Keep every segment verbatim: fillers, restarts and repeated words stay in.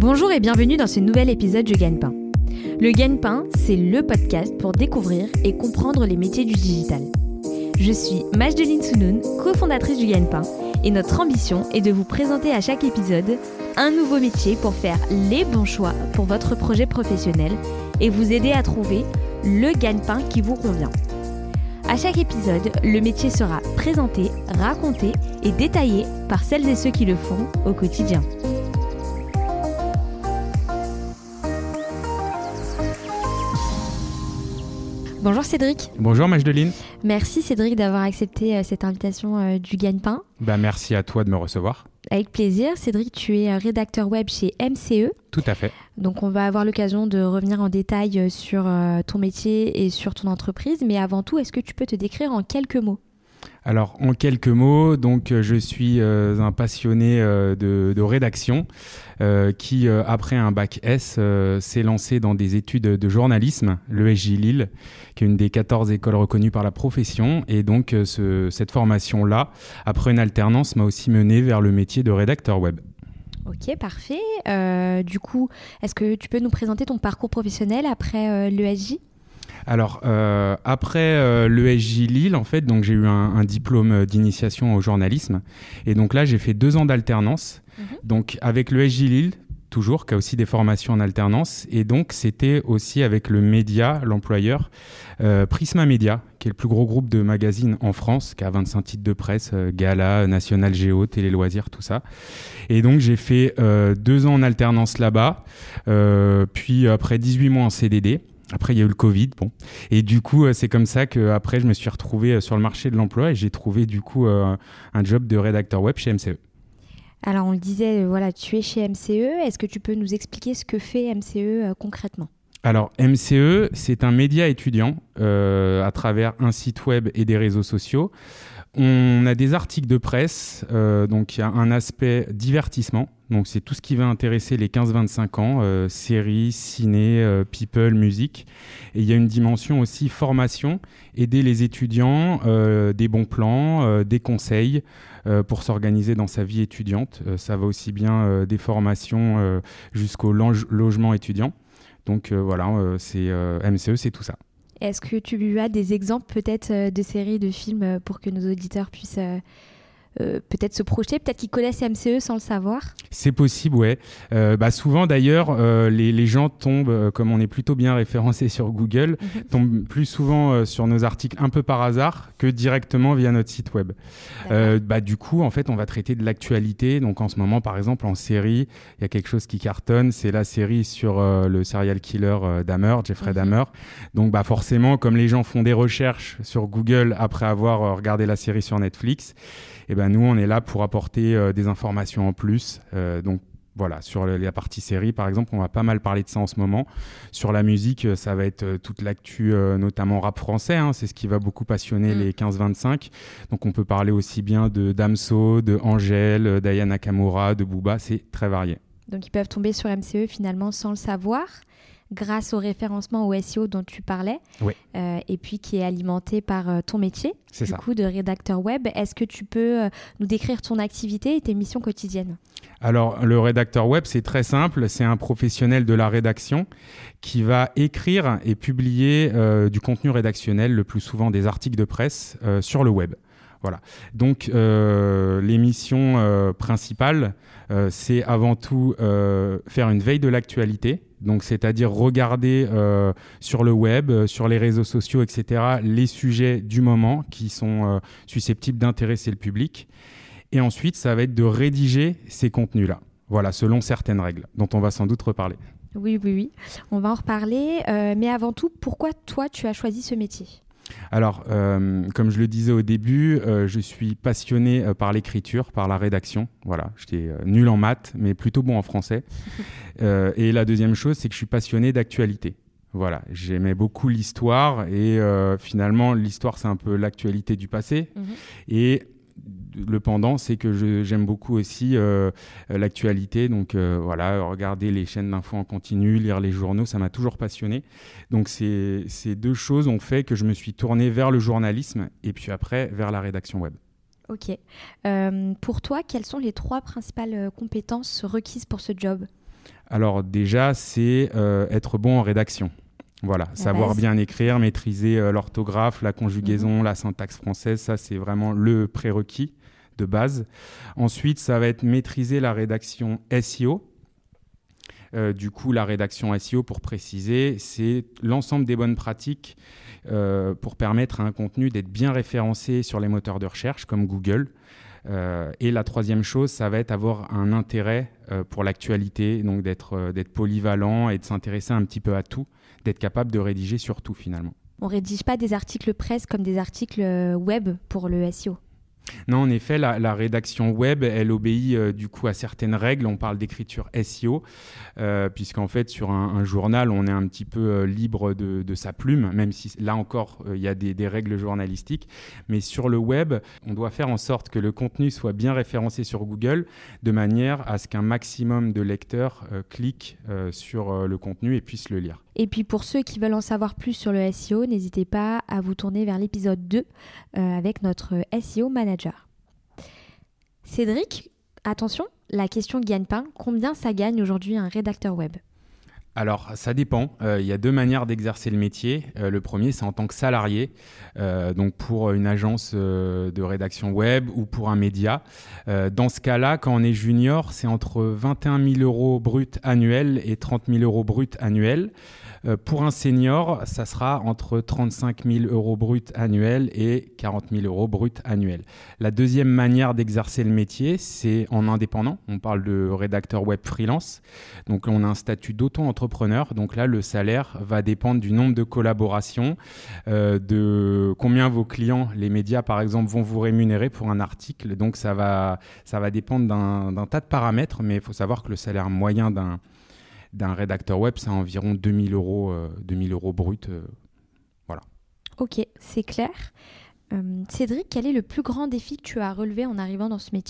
Bonjour et bienvenue dans ce nouvel épisode du Gagne-Pain. Le Gagne-Pain, c'est le podcast pour découvrir et comprendre les métiers du digital. Je suis Majdeline Sounoun, cofondatrice du Gagne-Pain, et notre ambition est de vous présenter à chaque épisode un nouveau métier pour faire les bons choix pour votre projet professionnel et vous aider à trouver le gagne-pain qui vous convient. À chaque épisode, le métier sera présenté, raconté et détaillé par celles et ceux qui le font au quotidien. Bonjour Cédric. Bonjour Majdeline. Merci Cédric d'avoir accepté euh, cette invitation euh, du Gagne-Pain. Bah, merci à toi de me recevoir. Avec plaisir. Cédric, tu es rédacteur web chez M C E. Tout à fait. Donc on va avoir l'occasion de revenir en détail sur euh, ton métier et sur ton entreprise. Mais avant tout, est-ce que tu peux te décrire en quelques mots ? Alors, en quelques mots, donc, je suis euh, un passionné euh, de, de rédaction euh, qui, euh, après un bac S, euh, s'est lancé dans des études de journalisme, l'E S J Lille, qui est une des quatorze écoles reconnues par la profession. Et donc, euh, ce, cette formation-là, après une alternance, m'a aussi mené vers le métier de rédacteur web. Ok, parfait. Euh, du coup, est-ce que tu peux nous présenter ton parcours professionnel après euh, l'E S J ? Alors, euh, après euh, l'E S J Lille, en fait, donc, j'ai eu un, un diplôme d'initiation au journalisme. Et donc là, j'ai fait deux ans d'alternance. Mmh. Donc, avec l'E S J Lille, toujours, qui a aussi des formations en alternance. Et donc, c'était aussi avec le média, l'employeur, euh, Prisma Media, qui est le plus gros groupe de magazines en France, qui a vingt-cinq titres de presse, euh, Gala, National Géo, Télé Loisirs, tout ça. Et donc, j'ai fait euh, deux ans en alternance là-bas, euh, puis après dix-huit mois en C D D. Après, il y a eu le Covid, bon. Et du coup, c'est comme ça qu'après, je me suis retrouvé sur le marché de l'emploi et j'ai trouvé du coup euh, un job de rédacteur web chez M C E. Alors, on le disait, voilà, tu es chez M C E. Est-ce que tu peux nous expliquer ce que fait M C E euh, concrètement ? Alors, M C E, c'est un média étudiant euh, à travers un site web et des réseaux sociaux. On a des articles de presse, euh, donc il y a un aspect divertissement. Donc, c'est tout ce qui va intéresser les quinze vingt-cinq ans, euh, séries, ciné, euh, people, musique. Et il y a une dimension aussi formation, aider les étudiants, euh, des bons plans, euh, des conseils euh, pour s'organiser dans sa vie étudiante. Euh, ça va aussi bien euh, des formations euh, jusqu'au loge- logement étudiant. Donc, euh, voilà, euh, c'est, euh, M C E, c'est tout ça. Est-ce que tu as des exemples peut-être de séries, de films pour que nos auditeurs puissent euh, euh, peut-être se projeter, peut-être qu'ils connaissent M C E sans le savoir ? C'est possible, ouais. Euh, bah souvent d'ailleurs, euh, les, les gens tombent, euh, comme on est plutôt bien référencé sur Google, mm-hmm. tombent plus souvent euh, sur nos articles un peu par hasard que directement via notre site web. Euh, bah, du coup, en fait, on va traiter de l'actualité. Donc en ce moment, par exemple, en série, il y a quelque chose qui cartonne. C'est la série sur euh, le serial killer euh, Dahmer, Jeffrey mm-hmm. Dahmer. Donc bah, forcément, comme les gens font des recherches sur Google après avoir euh, regardé la série sur Netflix, et ben nous, on est là pour apporter euh, des informations en plus. Euh, donc voilà, sur le, la partie série, par exemple, on va pas mal parler de ça en ce moment. Sur la musique, ça va être euh, toute l'actu, euh, notamment rap français. Hein, c'est ce qui va beaucoup passionner mmh. les quinze vingt-cinq. Donc on peut parler aussi bien de Damso, de Angèle, d'Aya Nakamura, de Booba. C'est très varié. Donc ils peuvent tomber sur M C E finalement sans le savoir, grâce au référencement au S E O dont tu parlais, oui. euh, et puis qui est alimenté par euh, ton métier, c'est du ça. coup de rédacteur web. Est-ce que tu peux euh, nous décrire ton activité et tes missions quotidiennes ? Alors, le rédacteur web, c'est très simple. C'est un professionnel de la rédaction qui va écrire et publier euh, du contenu rédactionnel, le plus souvent des articles de presse, euh, sur le web. Voilà. Donc, euh, les missions euh, principales, euh, c'est avant tout euh, faire une veille de l'actualité. Donc, c'est-à-dire regarder euh, sur le web, euh, sur les réseaux sociaux, et cetera, les sujets du moment qui sont euh, susceptibles d'intéresser le public. Et ensuite, ça va être de rédiger ces contenus-là. Voilà, selon certaines règles, dont on va sans doute reparler. Oui, oui, oui. On va en reparler. Euh, mais avant tout, pourquoi toi, tu as choisi ce métier ? Alors, euh, comme je le disais au début, euh, je suis passionné euh, par l'écriture, par la rédaction. Voilà, j'étais euh, nul en maths, mais plutôt bon en français. euh, et la deuxième chose, c'est que je suis passionné d'actualité. Voilà, j'aimais beaucoup l'histoire et euh, finalement, l'histoire, c'est un peu l'actualité du passé. Mmh. Et le pendant, c'est que je, j'aime beaucoup aussi euh, l'actualité. Donc euh, voilà, regarder les chaînes d'infos en continu, lire les journaux, ça m'a toujours passionné. Donc ces, ces deux choses ont fait que je me suis tourné vers le journalisme et puis après vers la rédaction web. Ok. Euh, pour toi, quelles sont les trois principales compétences requises pour ce job ? Alors déjà, c'est euh, être bon en rédaction. Voilà, la savoir base. Bien écrire, maîtriser euh, l'orthographe, la conjugaison, mmh. la syntaxe française, ça c'est vraiment le prérequis de base. Ensuite, ça va être maîtriser la rédaction S E O. Euh, du coup, la rédaction S E O, pour préciser, c'est l'ensemble des bonnes pratiques euh, pour permettre à un contenu d'être bien référencé sur les moteurs de recherche comme Google. Euh, et la troisième chose, ça va être avoir un intérêt euh, pour l'actualité, donc d'être, euh, d'être polyvalent et de s'intéresser un petit peu à tout, d'être capable de rédiger sur tout finalement. On ne rédige pas des articles presse comme des articles web pour le S E O. Non, en effet, la, la rédaction web, elle obéit euh, du coup à certaines règles. On parle d'écriture S E O, euh, puisqu'en fait, sur un, un journal, on est un petit peu euh, libre de, de sa plume, même si là encore, il euh, y a des, des règles journalistiques. Mais sur le web, on doit faire en sorte que le contenu soit bien référencé sur Google, de manière à ce qu'un maximum de lecteurs euh, cliquent euh, sur euh, le contenu et puissent le lire. Et puis pour ceux qui veulent en savoir plus sur le S E O, n'hésitez pas à vous tourner vers l'épisode deux euh, avec notre S E O Manager. Cédric, attention, la question gagne-pain, combien ça gagne aujourd'hui un rédacteur web ? Alors, ça dépend. Il euh, y a deux manières d'exercer le métier. Euh, le premier, c'est en tant que salarié, euh, donc pour une agence euh, de rédaction web ou pour un média. Euh, dans ce cas-là, quand on est junior, c'est entre vingt et un mille euros bruts annuels et trente mille euros bruts annuels. Euh, pour un senior, ça sera entre trente-cinq mille euros bruts annuels et quarante mille euros bruts annuels. La deuxième manière d'exercer le métier, c'est en indépendant. On parle de rédacteur web freelance. Donc, on a un statut d'auto-entrepreneur. Donc là, le salaire va dépendre du nombre de collaborations, euh, de combien vos clients, les médias par exemple, vont vous rémunérer pour un article. Donc, ça va, ça va dépendre d'un, d'un tas de paramètres. Mais il faut savoir que le salaire moyen d'un d'un rédacteur web, c'est environ deux mille euros, euh, deux mille euros bruts. Euh, voilà. Ok, c'est clair. Euh, Cédric, quel est le plus grand défi que tu as relevé en arrivant dans ce métier ?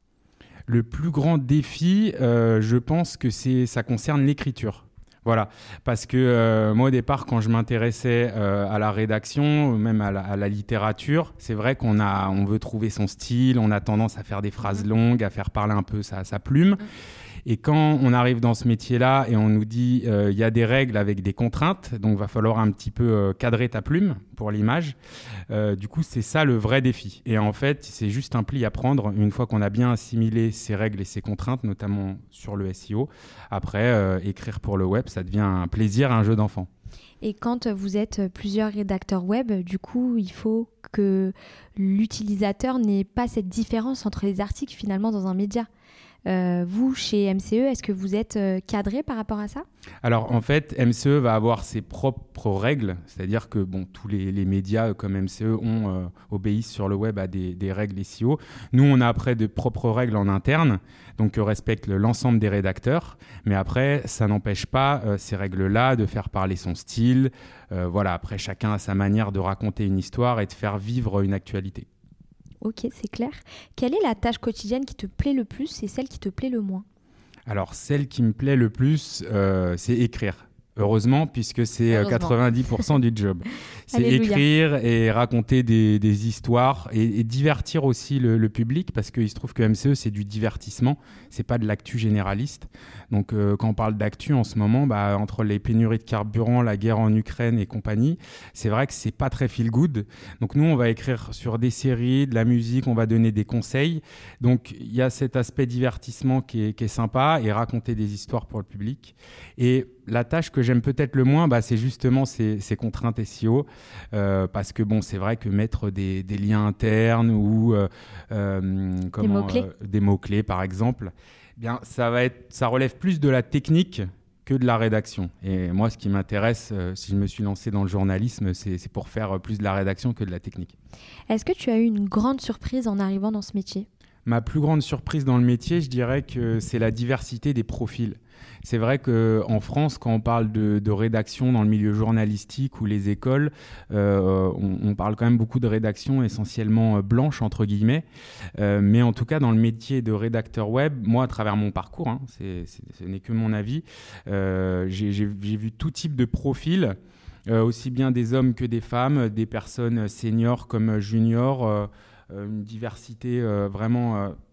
Le plus grand défi, euh, je pense que c'est, ça concerne l'écriture. Voilà, parce que euh, moi au départ quand je m'intéressais euh, à la rédaction, même à la, à la littérature, c'est vrai qu'on a, on veut trouver son style, on a tendance à faire des phrases longues, à faire parler un peu sa, sa plume. Et quand on arrive dans ce métier-là et on nous dit il euh, y a des règles avec des contraintes, donc il va falloir un petit peu euh, cadrer ta plume pour l'image. Euh, du coup, c'est ça le vrai défi. Et en fait, c'est juste un pli à prendre une fois qu'on a bien assimilé ces règles et ces contraintes, notamment sur le S E O. Après, euh, écrire pour le web, ça devient un plaisir, un jeu d'enfant. Et quand vous êtes plusieurs rédacteurs web, du coup, il faut que l'utilisateur n'ait pas cette différence entre les articles finalement dans un média. Euh, vous, chez M C E, est-ce que vous êtes euh, cadré par rapport à ça ? Alors, en fait, M C E va avoir ses propres règles, c'est-à-dire que bon, tous les, les médias comme M C E ont, euh, obéissent sur le web à des, des règles S E O. Nous, on a après de propres règles en interne, donc que respectent l'ensemble des rédacteurs. Mais après, ça n'empêche pas euh, ces règles-là de faire parler son style. Euh, voilà, après, chacun a sa manière de raconter une histoire et de faire vivre une actualité. Ok, c'est clair. Quelle est la tâche quotidienne qui te plaît le plus et celle qui te plaît le moins ? Alors, celle qui me plaît le plus, euh, c'est écrire. Heureusement, puisque c'est Heureusement. quatre-vingt-dix pour cent du job. C'est Alléluia. Écrire et raconter des, des histoires et, et divertir aussi le, le public, parce qu'il se trouve que M C E, c'est du divertissement, c'est pas de l'actu généraliste. Donc, euh, quand on parle d'actu en ce moment, bah, entre les pénuries de carburant, la guerre en Ukraine et compagnie, c'est vrai que c'est pas très feel good. Donc, nous, on va écrire sur des séries, de la musique, on va donner des conseils. Donc, il y a cet aspect divertissement qui est, qui est sympa et raconter des histoires pour le public. Et la tâche que j'aime peut-être le moins, bah, c'est justement ces, ces contraintes S E O, euh, parce que bon, c'est vrai que mettre des, des liens internes ou euh, euh, comment, des mots-clés, euh, des mots-clés par exemple, eh bien, ça, va être, ça relève plus de la technique que de la rédaction. Et moi, ce qui m'intéresse, euh, si je me suis lancé dans le journalisme, c'est, c'est pour faire plus de la rédaction que de la technique. Est-ce que tu as eu une grande surprise en arrivant dans ce métier ? Ma plus grande surprise dans le métier, je dirais que c'est la diversité des profils. C'est vrai qu'en France, quand on parle de, de rédaction dans le milieu journalistique ou les écoles, euh, on, on parle quand même beaucoup de rédaction essentiellement blanche, entre guillemets. Euh, mais en tout cas, dans le métier de rédacteur web, moi, à travers mon parcours, hein, c'est, c'est, ce n'est que mon avis, euh, j'ai, j'ai, j'ai vu tout type de profils, euh, aussi bien des hommes que des femmes, des personnes seniors comme juniors, euh, une diversité euh, vraiment euh,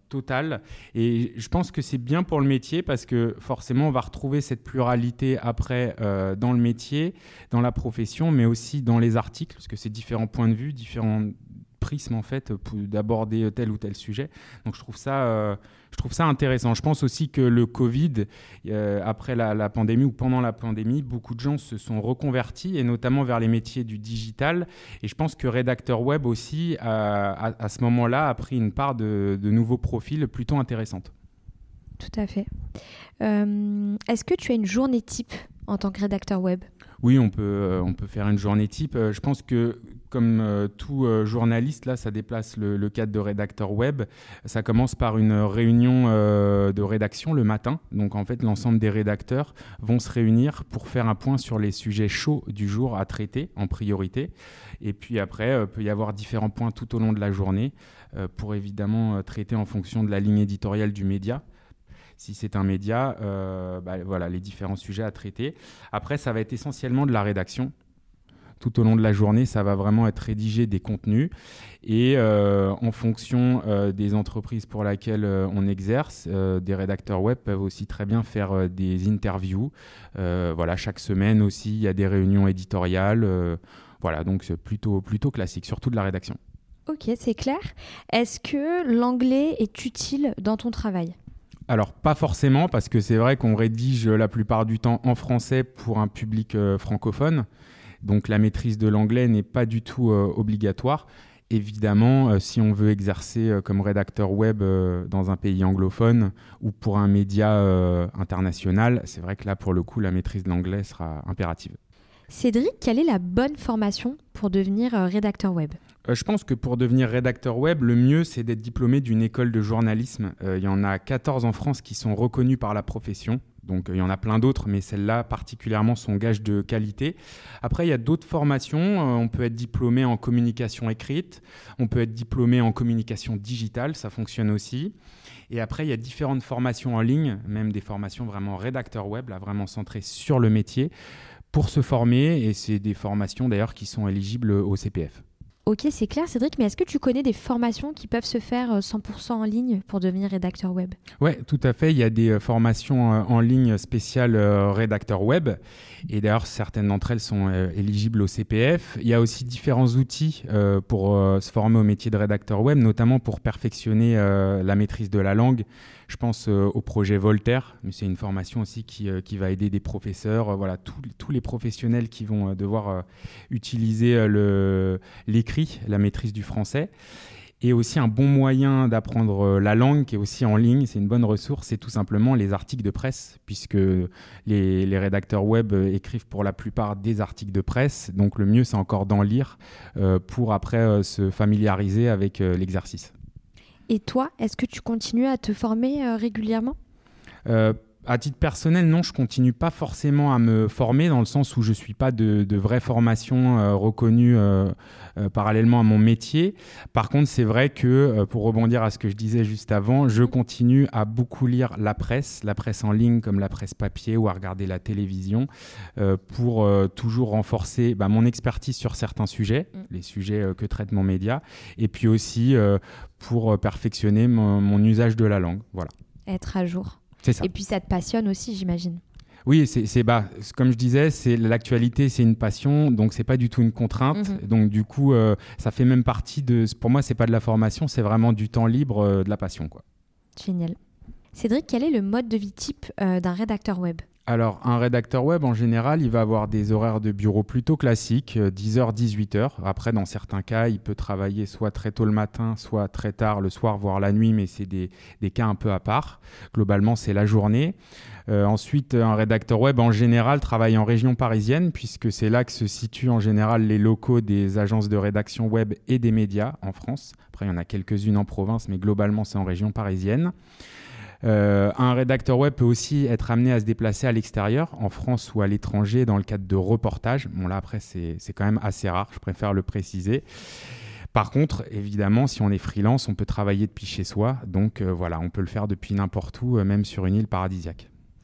totale. Et je pense que c'est bien pour le métier parce que forcément, on va retrouver cette pluralité après euh, dans le métier, dans la profession, mais aussi dans les articles, parce que c'est différents points de vue, différents prismes en fait, pour d'aborder tel ou tel sujet. Donc je trouve ça, euh, je trouve ça intéressant. Je pense aussi que le Covid, euh, après la, la pandémie ou pendant la pandémie, beaucoup de gens se sont reconvertis et notamment vers les métiers du digital. Et je pense que rédacteur web aussi, à, à, à ce moment-là, a pris une part de, de nouveaux profils plutôt intéressantes. Tout à fait. Euh, est-ce que tu as une journée type en tant que rédacteur web ? Oui, on peut, euh, on peut faire une journée type. Euh, je pense que, comme euh, tout euh, journaliste, là, ça déplace le, le cadre de rédacteur web. Ça commence par une réunion euh, de rédaction le matin. Donc, en fait, l'ensemble des rédacteurs vont se réunir pour faire un point sur les sujets chauds du jour à traiter en priorité. Et puis après, il euh, peut y avoir différents points tout au long de la journée euh, pour évidemment euh, traiter en fonction de la ligne éditoriale du média. Si c'est un média, euh, bah, voilà, les différents sujets à traiter. Après, ça va être essentiellement de la rédaction. Tout au long de la journée, ça va vraiment être rédiger des contenus. Et euh, en fonction euh, des entreprises pour lesquelles euh, on exerce, euh, des rédacteurs web peuvent aussi très bien faire euh, des interviews. Euh, voilà, chaque semaine aussi, il y a des réunions éditoriales. Euh, voilà, donc c'est plutôt, plutôt classique, surtout de la rédaction. Ok, c'est clair. Est-ce que l'anglais est utile dans ton travail ? Alors, pas forcément, parce que c'est vrai qu'on rédige la plupart du temps en français pour un public euh, francophone. Donc, la maîtrise de l'anglais n'est pas du tout euh, obligatoire. Évidemment, euh, si on veut exercer euh, comme rédacteur web euh, dans un pays anglophone ou pour un média euh, international, c'est vrai que là, pour le coup, la maîtrise de l'anglais sera impérative. Cédric, quelle est la bonne formation pour devenir euh, rédacteur web ? Euh, je pense que pour devenir rédacteur web, le mieux, c'est d'être diplômé d'une école de journalisme. Euh, il y en a quatorze en France qui sont reconnues par la profession. Donc, euh, il y en a plein d'autres, mais celles-là, particulièrement, sont gage de qualité. Après, il y a d'autres formations. Euh, on peut être diplômé en communication écrite. On peut être diplômé en communication digitale. Ça fonctionne aussi. Et après, il y a différentes formations en ligne, même des formations vraiment rédacteur web, là, vraiment centrées sur le métier, pour se former. Et c'est des formations, d'ailleurs, qui sont éligibles au C P F. Ok, c'est clair, Cédric, mais est-ce que tu connais des formations qui peuvent se faire cent pour cent en ligne pour devenir rédacteur web ? Oui, tout à fait. Il y a des formations en ligne spéciales rédacteur web. Et d'ailleurs, certaines d'entre elles sont éligibles au C P F. Il y a aussi différents outils pour se former au métier de rédacteur web, notamment pour perfectionner la maîtrise de la langue. Je pense au projet Voltaire, mais c'est une formation aussi qui, qui va aider des professeurs, voilà, tous, tous les professionnels qui vont devoir utiliser le, l'écrit, la maîtrise du français. Et aussi un bon moyen d'apprendre la langue qui est aussi en ligne, c'est une bonne ressource, c'est tout simplement les articles de presse, puisque les, les rédacteurs web écrivent pour la plupart des articles de presse. Donc le mieux, c'est encore d'en lire euh, pour après euh, se familiariser avec euh, l'exercice. Et toi, est-ce que tu continues à te former euh, régulièrement ? euh, À titre personnel, non, je ne continue pas forcément à me former dans le sens où je ne suis pas de, de vraie formation euh, reconnue euh, euh, parallèlement à mon métier. Par contre, c'est vrai que, euh, pour rebondir à ce que je disais juste avant, je continue à beaucoup lire la presse, la presse en ligne comme la presse papier ou à regarder la télévision euh, pour euh, toujours renforcer bah, mon expertise sur certains sujets, mmh. les sujets euh, que traite mon média, et puis aussi euh, pour perfectionner mon, mon usage de la langue. Voilà. Être à jour. C'est ça. Et puis ça te passionne aussi, j'imagine. Oui, c'est, c'est, bah, comme je disais, c'est, l'actualité, c'est une passion, donc c'est pas du tout une contrainte. Mmh. Donc du coup, euh, ça fait même partie de... Pour moi, c'est pas de la formation, c'est vraiment du temps libre, euh, de la passion, quoi. Génial. Cédric, quel est le mode de vie type euh, d'un rédacteur web ? Alors, un rédacteur web, en général, il va avoir des horaires de bureau plutôt classiques, dix heures, dix-huit heures. Après, dans certains cas, il peut travailler soit très tôt le matin, soit très tard le soir, voire la nuit, mais c'est des, des cas un peu à part. Globalement, c'est la journée. Euh, ensuite, un rédacteur web, en général, travaille en région parisienne, puisque c'est là que se situent en général les locaux des agences de rédaction web et des médias en France. Après, il y en a quelques-unes en province, mais globalement, c'est en région parisienne. Euh, un rédacteur web peut aussi être amené à se déplacer à l'extérieur, en France ou à l'étranger, dans le cadre de reportages. Bon, là, après, c'est, c'est quand même assez rare, je préfère le préciser. Par contre, évidemment, si on est freelance, on peut travailler depuis chez soi. Donc, euh, voilà, on peut le faire depuis n'importe où, euh, même sur une île paradisiaque.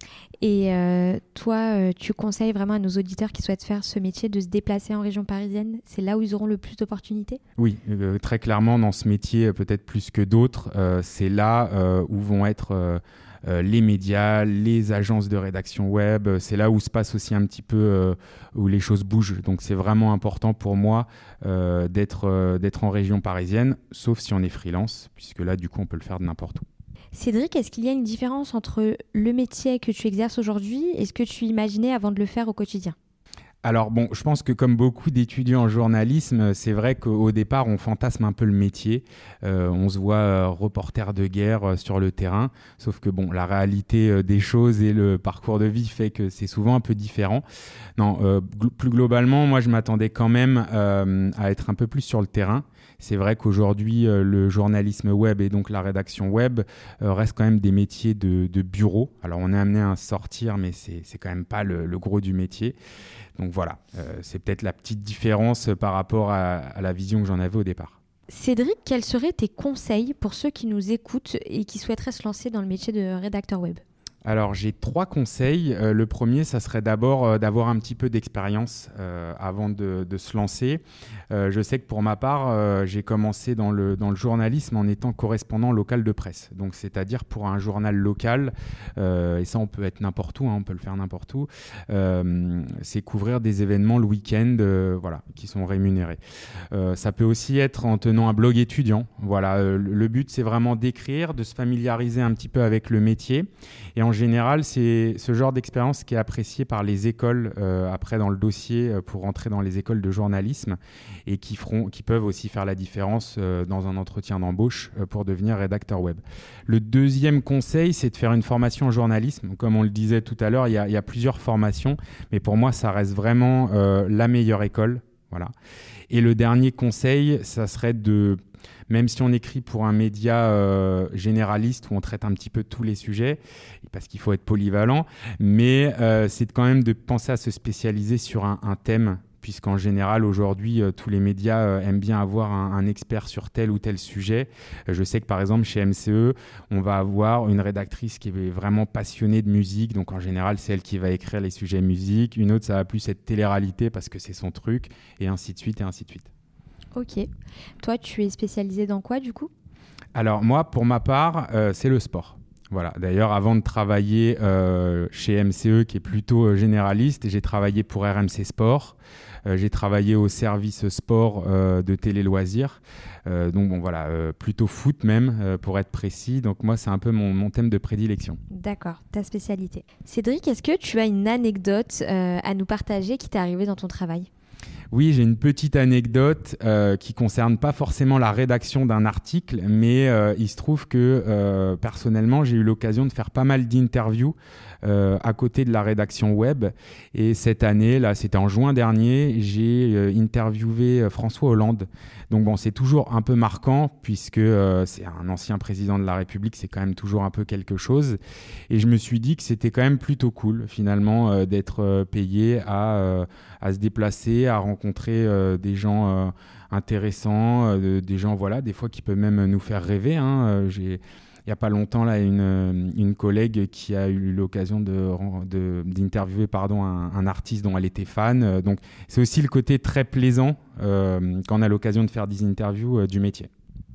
Et euh, toi, euh, tu conseilles vraiment à nos auditeurs qui souhaitent faire ce métier de se déplacer en région parisienne? C'est là où ils auront le plus d'opportunités? Oui, euh, très clairement, dans ce métier, peut-être plus que d'autres, euh, c'est là euh, où vont être euh, euh, les médias, les agences de rédaction web. C'est là où se passe aussi un petit peu, euh, où les choses bougent. Donc, c'est vraiment important pour moi euh, d'être, euh, d'être en région parisienne, sauf si on est freelance, puisque là, du coup, on peut le faire de n'importe où. Cédric, est-ce qu'il y a une différence entre le métier que tu exerces aujourd'hui et ce que tu imaginais avant de le faire au quotidien? Alors bon, je pense que comme beaucoup d'étudiants en journalisme, c'est vrai qu'au départ, on fantasme un peu le métier. Euh, on se voit euh, reporter de guerre euh, sur le terrain, sauf que bon, la réalité euh, des choses et le parcours de vie fait que c'est souvent un peu différent. Non, euh, gl- plus globalement, moi, je m'attendais quand même euh, à être un peu plus sur le terrain. C'est vrai qu'aujourd'hui, euh, le journalisme web et donc la rédaction web euh, restent quand même des métiers de, de bureau. Alors, on est amené à sortir, mais c'est, c'est quand même pas le, le gros du métier. Donc voilà, euh, c'est peut-être la petite différence par rapport à, à la vision que j'en avais au départ. Cédric, quels seraient tes conseils pour ceux qui nous écoutent et qui souhaiteraient se lancer dans le métier de rédacteur web? Alors, j'ai trois conseils. Euh, le premier, ça serait d'abord euh, d'avoir un petit peu d'expérience euh, avant de, de se lancer. Euh, je sais que pour ma part, euh, j'ai commencé dans le, dans le journalisme en étant correspondant local de presse. Donc, c'est-à-dire pour un journal local, euh, et ça, on peut être n'importe où, hein, on peut le faire n'importe où, euh, c'est couvrir des événements le week-end euh, voilà, qui sont rémunérés. Euh, ça peut aussi être en tenant un blog étudiant. Voilà, euh, le but, c'est vraiment d'écrire, de se familiariser un petit peu avec le métier. Et en général, c'est ce genre d'expérience qui est apprécié par les écoles euh, après dans le dossier euh, pour rentrer dans les écoles de journalisme et qui, feront, qui peuvent aussi faire la différence euh, dans un entretien d'embauche euh, pour devenir rédacteur web. Le deuxième conseil, c'est de faire une formation en journalisme. Comme on le disait tout à l'heure, il y a, il y a plusieurs formations, mais pour moi, ça reste vraiment euh, la meilleure école. Voilà. Et le dernier conseil, ça serait de... Même si on écrit pour un média euh, généraliste où on traite un petit peu tous les sujets, parce qu'il faut être polyvalent, mais euh, c'est quand même de penser à se spécialiser sur un, un thème, puisqu'en général, aujourd'hui, euh, tous les médias euh, aiment bien avoir un, un expert sur tel ou tel sujet. Euh, je sais que par exemple, chez M C E, on va avoir une rédactrice qui est vraiment passionnée de musique, donc en général, c'est elle qui va écrire les sujets musique. Une autre, ça va plus être télé-réalité parce que c'est son truc, et ainsi de suite, et ainsi de suite. Ok. Toi, tu es spécialisé dans quoi, du coup? Alors moi, pour ma part, euh, c'est le sport. Voilà. D'ailleurs, avant de travailler euh, chez M C E, qui est plutôt euh, généraliste, j'ai travaillé pour R M C Sport. Euh, j'ai travaillé au service sport euh, de Télé Loisirs. Euh, donc bon, voilà, euh, plutôt foot même, euh, pour être précis. Donc moi, c'est un peu mon, mon thème de prédilection. D'accord, ta spécialité. Cédric, est-ce que tu as une anecdote euh, à nous partager qui t'est arrivée dans ton travail? Oui, j'ai une petite anecdote euh, qui concerne pas forcément la rédaction d'un article, mais euh, il se trouve que euh, personnellement, j'ai eu l'occasion de faire pas mal d'interviews euh, à côté de la rédaction web. Et cette année, là, c'était en juin dernier, j'ai euh, interviewé euh, François Hollande. Donc bon, c'est toujours un peu marquant puisque euh, c'est un ancien président de la République, c'est quand même toujours un peu quelque chose. Et je me suis dit que c'était quand même plutôt cool finalement euh, d'être euh, payé à, euh, à se déplacer, à rencontrer euh, des gens euh, intéressants, euh, des gens voilà, des fois qui peuvent même nous faire rêver. Hein. Euh, j'ai Il n'y a pas longtemps, là, une, une collègue qui a eu l'occasion de, de, d'interviewer pardon, un, un artiste dont elle était fan. Donc, c'est aussi le côté très plaisant euh, quand on a l'occasion de faire des interviews euh, du métier.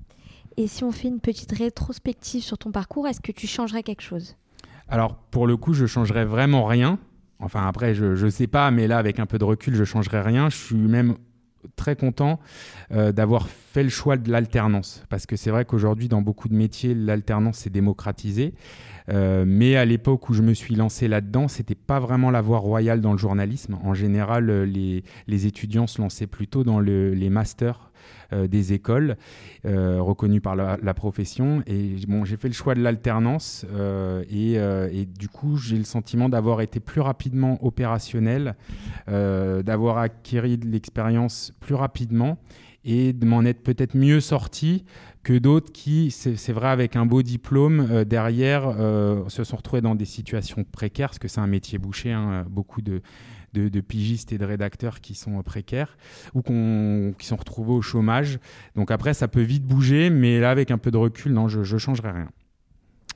Et si on fait une petite rétrospective sur ton parcours, est-ce que tu changerais quelque chose? Alors, pour le coup, je ne changerais vraiment rien. Enfin, après, je ne sais pas, mais là, avec un peu de recul, je ne changerais rien. Je suis même très content euh, d'avoir fait le choix de l'alternance parce que c'est vrai qu'aujourd'hui dans beaucoup de métiers l'alternance s'est démocratisée euh, mais à l'époque où je me suis lancé là-dedans c'était pas vraiment la voie royale dans le journalisme. En général les, les étudiants se lançaient plutôt dans le, les masters euh, des écoles euh, reconnus par la, la profession et bon, j'ai fait le choix de l'alternance euh, et, euh, et du coup j'ai le sentiment d'avoir été plus rapidement opérationnel, euh, d'avoir acquis de l'expérience plus rapidement et de m'en être peut-être mieux sorti que d'autres qui, c'est, c'est vrai, avec un beau diplôme, euh, derrière, euh, se sont retrouvés dans des situations précaires, parce que c'est un métier bouché, hein, beaucoup de, de, de pigistes et de rédacteurs qui sont précaires, ou qu'on, qui sont retrouvés au chômage. Donc après, ça peut vite bouger, mais là, avec un peu de recul, non, je ne changerai rien.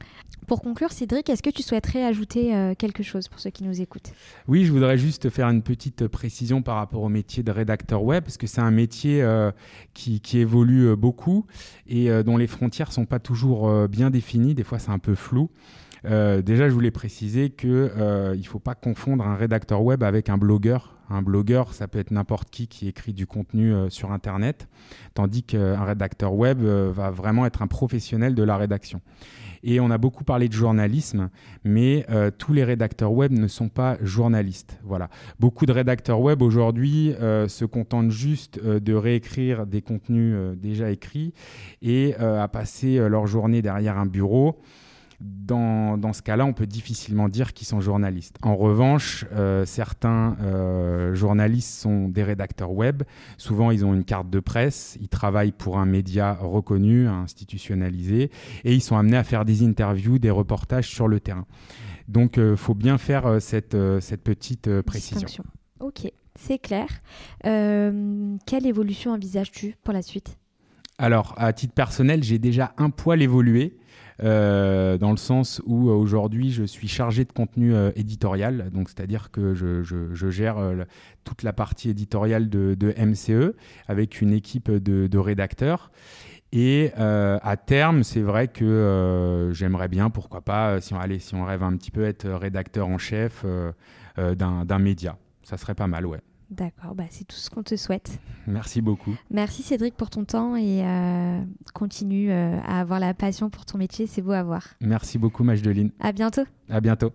Pour conclure, Cédric, est-ce que tu souhaiterais ajouter euh, quelque chose pour ceux qui nous écoutent ? Oui, je voudrais juste faire une petite précision par rapport au métier de rédacteur web, parce que c'est un métier euh, qui, qui évolue beaucoup et euh, dont les frontières ne sont pas toujours euh, bien définies. Des fois, c'est un peu flou. Euh, déjà, je voulais préciser qu'il euh, ne faut pas confondre un rédacteur web avec un blogueur. Un blogueur, ça peut être n'importe qui qui écrit du contenu euh, sur Internet, tandis qu'un rédacteur web euh, va vraiment être un professionnel de la rédaction. Et on a beaucoup parlé de journalisme, mais euh, tous les rédacteurs web ne sont pas journalistes. Voilà. Beaucoup de rédacteurs web aujourd'hui euh, se contentent juste euh, de réécrire des contenus euh, déjà écrits et euh, à passer euh, leur journée derrière un bureau. Dans, dans ce cas-là, on peut difficilement dire qu'ils sont journalistes. En revanche, euh, certains euh, journalistes sont des rédacteurs web. Souvent, ils ont une carte de presse, ils travaillent pour un média reconnu, institutionnalisé, et ils sont amenés à faire des interviews, des reportages sur le terrain. Donc, il euh, faut bien faire euh, cette, euh, cette petite euh, précision. Ok, c'est clair. Euh, quelle évolution envisages-tu pour la suite ? Alors, à titre personnel, j'ai déjà un poil évolué. Euh, dans le sens où euh, aujourd'hui je suis chargé de contenu euh, éditorial, donc c'est-à-dire que je, je, je gère euh, toute la partie éditoriale de, de M C E avec une équipe de, de rédacteurs. Et euh, à terme, c'est vrai que euh, j'aimerais bien, pourquoi pas, si on, allez, si on rêve un petit peu, être rédacteur en chef euh, euh, d'un, d'un média. Ça serait pas mal, ouais. D'accord, bah c'est tout ce qu'on te souhaite. Merci beaucoup. Merci Cédric pour ton temps et euh, continue euh, à avoir la passion pour ton métier, c'est beau à voir. Merci beaucoup Majdeline. À bientôt. À bientôt.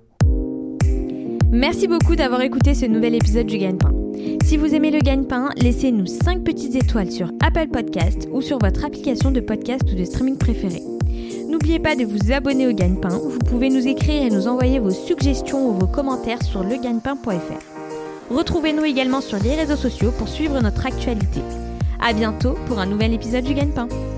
Merci beaucoup d'avoir écouté ce nouvel épisode du Gagne-Pain. Si vous aimez le Gagne-Pain, laissez-nous cinq petites étoiles sur Apple Podcast ou sur votre application de podcast ou de streaming préférée. N'oubliez pas de vous abonner au Gagne-Pain. Vous pouvez nous écrire et nous envoyer vos suggestions ou vos commentaires sur le gagne pain point f r. Retrouvez-nous également sur les réseaux sociaux pour suivre notre actualité. À bientôt pour un nouvel épisode du Gagne-Pain.